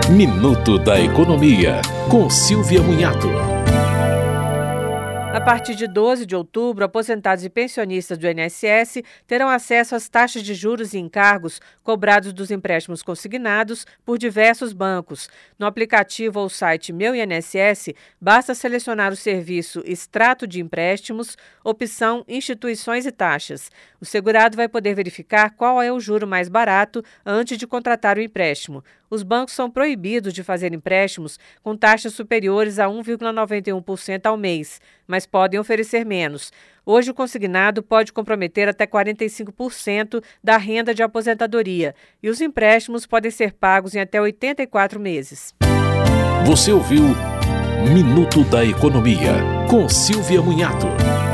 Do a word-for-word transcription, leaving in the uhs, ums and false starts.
Minuto da Economia, com Silvia Munhato. A partir de doze de outubro, aposentados e pensionistas do I N S S terão acesso às taxas de juros e encargos cobrados dos empréstimos consignados por diversos bancos. No aplicativo ou site Meu I N S S, basta selecionar o serviço Extrato de Empréstimos, opção Instituições e Taxas. O segurado vai poder verificar qual é o juro mais barato antes de contratar o empréstimo. Os bancos são proibidos de fazer empréstimos com taxas superiores a um vírgula noventa e um por cento ao mês, mas podem oferecer menos. Hoje, o consignado pode comprometer até quarenta e cinco por cento da renda de aposentadoria e os empréstimos podem ser pagos em até oitenta e quatro meses. Você ouviu Minuto da Economia, com Silvia Munhato.